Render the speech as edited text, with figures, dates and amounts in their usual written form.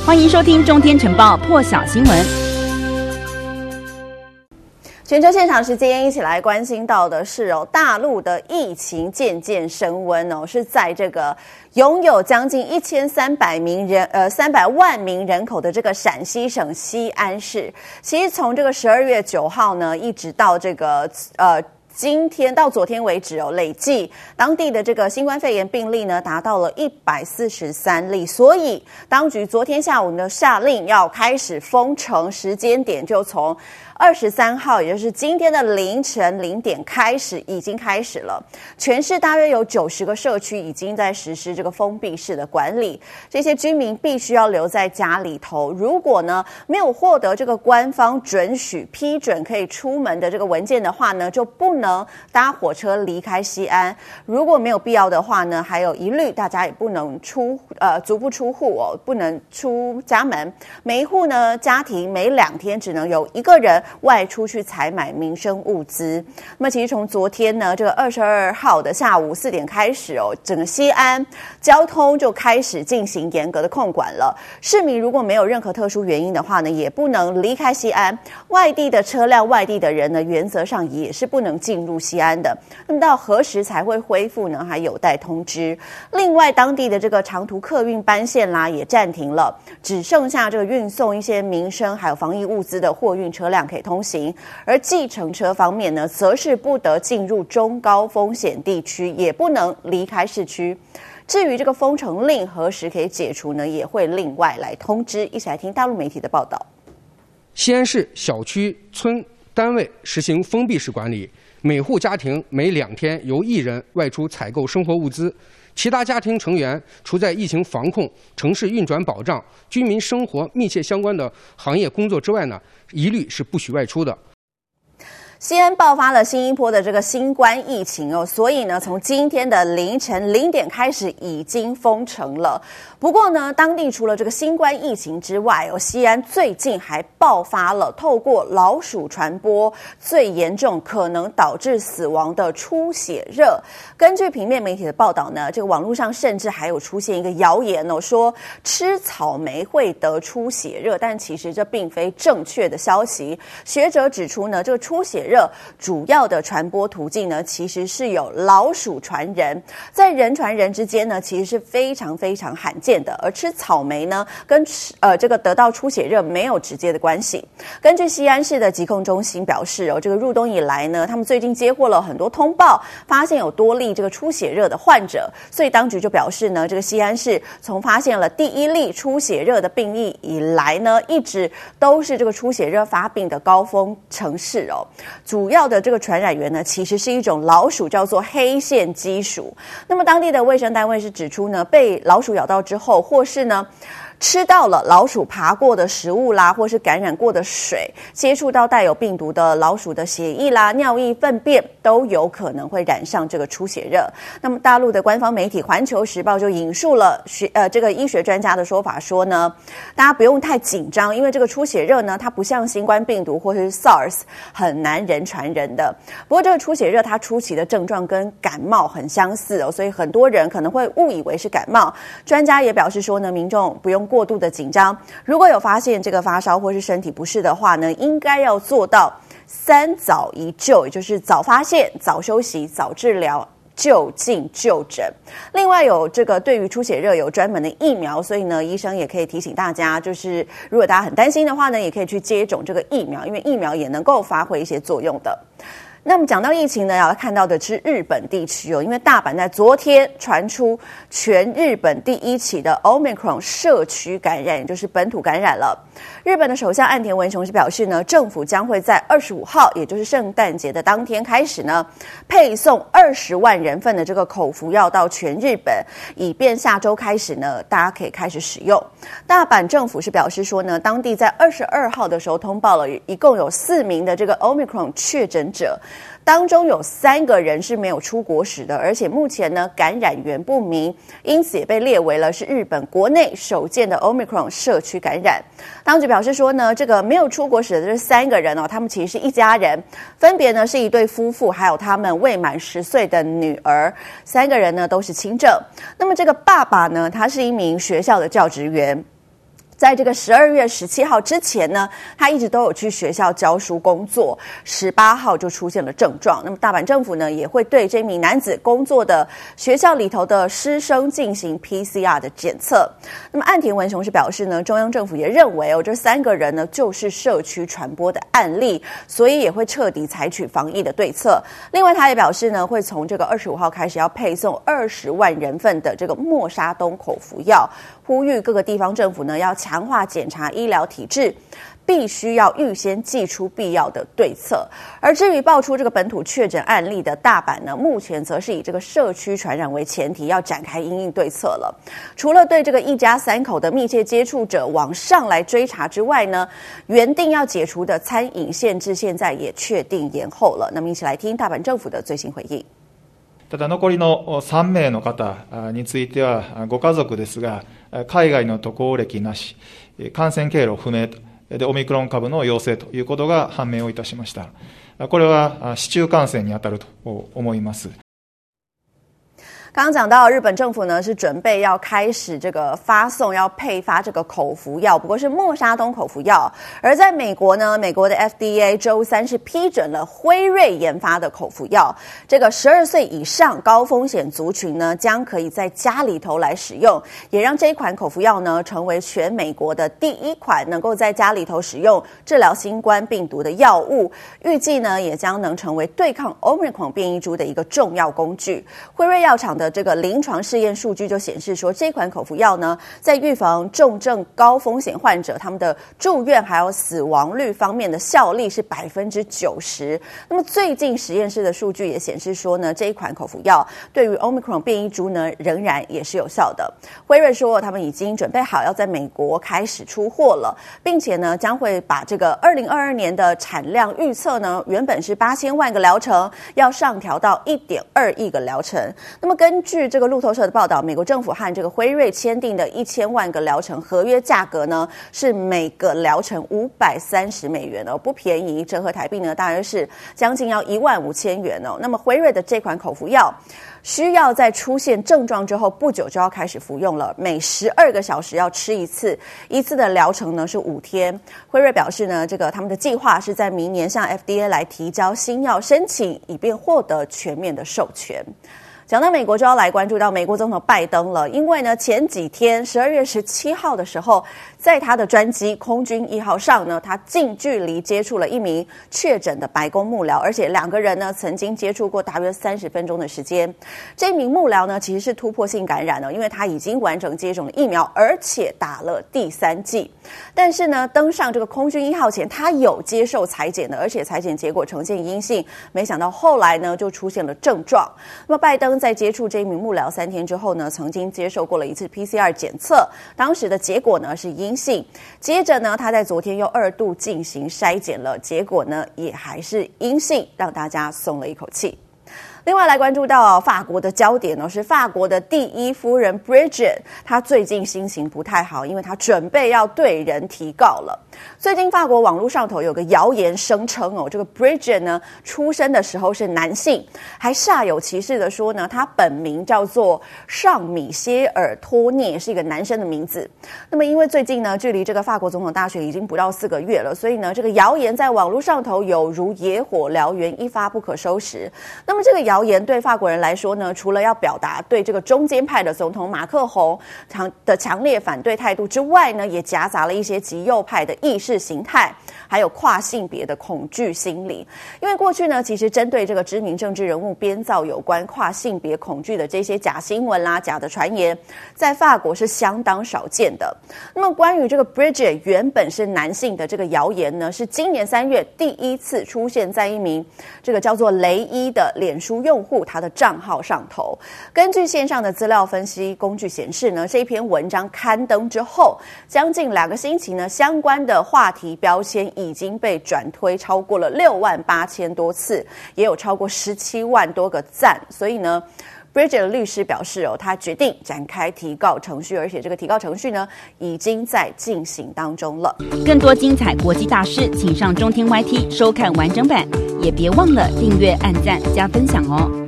欢迎收听《中天晨报》破晓新闻。 全球现场时间一起来关心到的是大陆的疫情渐渐升温是在这个拥有将近300万名人口的这个陕西省西安市。其实从这个12月9号呢，一直到这个今天到昨天为止累计当地的这个新冠肺炎病例呢达到了143例，所以当局昨天下午呢下令要开始封城，时间点就从23号，也就是今天的凌晨0点已经开始了。全市大约有90个社区已经在实施这个封闭式的管理，这些居民必须要留在家里头。如果呢没有获得这个官方准许批准可以出门的这个文件的话呢，就不能搭火车离开西安。如果没有必要的话呢，还有一律大家也不能足不出户不能出家门。每一户呢家庭每2天只能有1个人外出去采买民生物资。那么其实从昨天呢这个22号的下午4点开始整个西安交通就开始进行严格的控管了。市民如果没有任何特殊原因的话呢，也不能离开西安。外地的车辆、外地的人呢，原则上也是不能进入西安的。那么到何时才会恢复呢？还有待通知。另外，当地的这个长途客运班线啦也暂停了，只剩下这个运送一些民生还有防疫物资的货运车辆可以通行。而计程车方面呢，则是不得进入中高风险地区，也不能离开市区。至于这个封城令何时可以解除呢，也会另外来通知。一起来听大陆媒体的报道。 西安市小区、村、单位实行封闭式管理，每户家庭每2天由1人外出采购生活物资，其他家庭成员除在疫情防控、城市运转保障、居民生活密切相关的行业工作之外呢，一律是不许外出的。 西安爆发了新一波的这个新冠疫情所以呢，从今天的凌晨0点开始已经封城了。不过呢，当地除了这个新冠疫情之外西安最近还爆发了透过老鼠传播最严重可能导致死亡的出血热。根据平面媒体的报道呢，这个网络上甚至还有出现一个谣言说吃草莓会得出血热，但其实这并非正确的消息。学者指出呢，这个出血热主要的传播途径呢，其实是有老鼠传人，在人传人之间呢，其实是非常非常罕见的。而吃草莓呢，跟这个得到出血热没有直接的关系。根据西安市的疾控中心表示这个入冬以来呢，他们最近接获了很多通报，发现有多例这个出血热的患者，所以当局就表示呢，这个西安市从发现了第1例出血热的病例以来呢，一直都是这个出血热发病的高峰城市主要的这个传染源呢，其实是一种老鼠，叫做黑线鸡鼠。那么当地的卫生单位是指出呢，被老鼠咬到之后，或是呢吃到了老鼠爬过的食物啦，或是感染过的水，接触到带有病毒的老鼠的血液啦、尿液、粪便，都有可能会染上这个出血热。那么大陆的官方媒体《环球时报》就引述了这个医学专家的说法说呢，大家不用太紧张，因为这个出血热呢，它不像新冠病毒或是 SARS 很难人传人的。不过这个出血热它初期的症状跟感冒很相似所以很多人可能会误以为是感冒。专家也表示说呢，民众不用过度的紧张，如果有发现这个发烧或是身体不适的话呢，应该要做到3早一就，也就是早发现、早休息、早治疗、就近就诊。另外有这个对于出血热有专门的疫苗，所以呢医生也可以提醒大家，就是如果大家很担心的话呢，也可以去接种这个疫苗，因为疫苗也能够发挥一些作用的。那么讲到疫情呢，要看到的是日本地区因为大阪在昨天传出全日本第1起的 Omicron 社区感染，也就是本土感染了。日本的首相岸田文雄是表示呢，政府将会在25号，也就是圣诞节的当天开始呢，配送20万人份的这个口服药到全日本，以便下周开始呢，大家可以开始使用。大阪政府是表示说呢，当地在22号的时候通报了一共有4名的这个 Omicron 确诊者，当中有3个人是没有出国史的，而且目前呢感染源不明，因此也被列为了是日本国内首见的 Omicron 社区感染。当局表示说呢，这个没有出国史的这3个人他们其实是一家人，分别呢是一对夫妇，还有他们未满10岁的女儿，3个人呢都是轻症。那么这个爸爸呢，他是一名学校的教职员。 在这个12月17号之前呢，他一直都有去学校教书工作，18号就出现了症状。那么大阪政府呢，也会对这名男子工作的学校里头的师生进行 PCR 的检测。那么岸田文雄是表示呢，中央政府也认为这3个人呢就是社区传播的案例，所以也会彻底采取防疫的对策。另外他也表示呢，会从这个25号开始要配送20万人份的这个默沙东口服药，呼吁各个地方政府呢要强化检查医疗体制，必须要预先祭出必要的对策。而至于爆出这个本土确诊案例的大阪呢，目前则是以这个社区传染为前提，要展开因应对策了。除了对这个一家3口的密切接触者往上来追查之外呢，原定要解除的餐饮限制现在也确定延后了。那么一起来听大阪政府的最新回应。 ただ残りの3名の方についてはご家族ですが、海外の渡航歴なし、感染経路不明とでオミクロン株の陽性ということが判明をいたしました。これは市中感染にあたると思います。 刚刚讲到日本政府呢是准备要开始这个发送要配发这个口服药，不过是默沙东口服药。而在美国呢，美国的 FDA 周3是批准了辉瑞研发的口服药，这个12岁以上高风险族群呢将可以在家里头来使用，也让这一款口服药呢成为全美国的第1款能够在家里头使用治疗新冠病毒的药物。预计呢也将能成为对抗 Omicron 变异株的一个重要工具。辉瑞药厂的这个临床试验数据就显示说，这款口服药呢，在预防重症高风险患者他们的住院还有死亡率方面的效力是90%。那么最近实验室的数据也显示说呢，这一款口服药对于 Omicron 变异株呢，仍然也是有效的。辉瑞说，他们已经准备好要在美国开始出货了，并且呢，将会把这个2022年的产量预测呢，原本是8000万个疗程，要上调到1.2亿个疗程。那么根据这个路透社的报道，美国政府和这个辉瑞签订的1000万个疗程合约价格呢，是每个疗程530美元哦，不便宜，折合台币呢，大约是将近要15000元哦。那么辉瑞的这款口服药需要在出现症状之后不久就要开始服用了，每12个小时要吃一次，一次的疗程呢是5天。辉瑞表示呢，这个他们的计划是在明年向 FDA 来提交新药申请，以便获得全面的授权。讲到美国，就要来关注到美国总统拜登了，因为呢，前几天12月17号的时候，在他的专机空军1号上呢，他近距离接触了一名确诊的白宫幕僚，而且2个人呢曾经接触过大约30分钟的时间。这名幕僚呢其实是突破性感染了，因为他已经完整接种了疫苗，而且打了第3剂。但是呢，登上这个空军1号前，他有接受采检的，而且采检结果呈现阴性。没想到后来呢就出现了症状。那么拜登在接触这一名幕僚3天之后呢，曾经接受过了一次 PCR 检测，当时的结果呢是阴性。接着呢，他在昨天又2度进行筛检了，结果呢也还是阴性，让大家松了一口气。另外来关注到法国的焦点呢，是法国的第1夫人 Brigitte， 她最近心情不太好，因为她准备要对人提告了。最近法国网络上头有个谣言声称这个 Brigitte 呢出生的时候是男性，还煞有其事的说呢，他本名叫做尚米歇尔托涅，是一个男生的名字。那么因为最近呢，距离这个法国总统大选已经不到4个月了，所以呢，这个谣言在网络上头有如野火燎原，一发不可收拾。那么这个谣言对法国人来说呢，除了要表达对这个中间派的总统马克宏的强烈反对态度之外呢，也夹杂了一些极右派的意识形态，还有跨性别的恐惧心理。因为过去呢，其实针对这个知名政治人物编造有关跨性别恐惧的这些假新闻啦、假的传言，在法国是相当少见的。那么关于这个 Brigitte 原本是男性的这个谣言呢，是今年3月第1次出现在一名这个叫做雷伊的脸书用户他的账号上头。根据线上的资料分析工具显示呢，这一篇文章刊登之后，将近2个星期呢，相关的话题标签已经被转推超过了68000多次，也有超过17万多个赞。所以呢，Brigitte 的律师表示他决定展开提告程序，而且这个提告程序呢，已经在进行当中了。 更多精彩国际大事，请上中天 YT 收看完整版，也别忘了订阅、按赞、加分享哦。